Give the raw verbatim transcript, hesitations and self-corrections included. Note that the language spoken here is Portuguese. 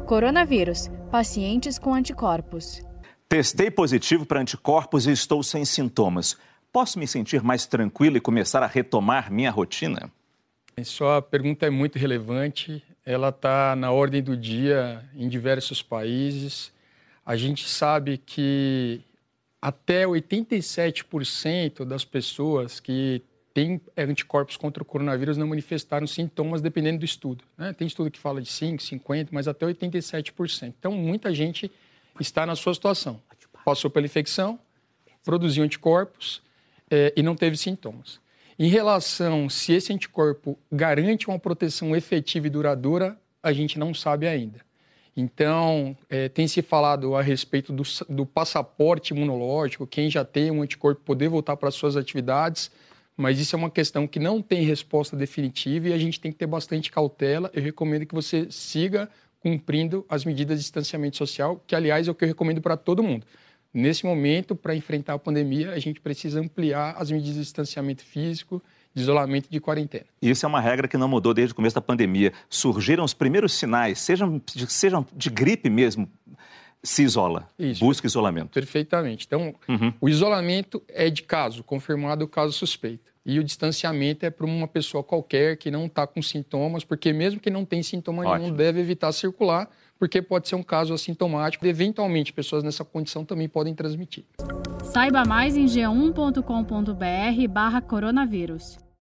Coronavírus. Pacientes com anticorpos. Testei positivo para anticorpos e estou sem sintomas. Posso me sentir mais tranquilo e começar a retomar minha rotina? Sua pergunta é muito relevante. Ela está na ordem do dia em diversos países. A gente sabe que até oitenta e sete por cento das pessoas que têm anticorpos contra o coronavírus não manifestaram sintomas, dependendo do estudo, né? Tem estudo que fala de cinco, cinquenta, mas até oitenta e sete por cento. Então, muita gente está na sua situação. Passou pela infecção, produziu anticorpos é, e não teve sintomas. Em relação se esse anticorpo garante uma proteção efetiva e duradoura, a gente não sabe ainda. Então, é, tem se falado a respeito do, do passaporte imunológico, quem já tem um anticorpo poder voltar para as suas atividades, mas isso é uma questão que não tem resposta definitiva e a gente tem que ter bastante cautela. Eu recomendo que você siga cumprindo as medidas de distanciamento social, que, aliás, é o que eu recomendo para todo mundo. Nesse momento, para enfrentar a pandemia, a gente precisa ampliar as medidas de distanciamento físico, de isolamento e de quarentena. Isso é uma regra que não mudou desde o começo da pandemia. Surgiram os primeiros sinais, sejam de, sejam de gripe mesmo, se isola, Isso, busca isolamento. Perfeitamente. Então, uhum. o isolamento é de caso, confirmado o caso suspeito. E o distanciamento é para uma pessoa qualquer que não está com sintomas, porque mesmo que não tenha sintoma Ótimo. nenhum, deve evitar circular, porque pode ser um caso assintomático. Eventualmente, pessoas nessa condição também podem transmitir. Saiba mais em g um ponto com ponto b r barra coronavírus.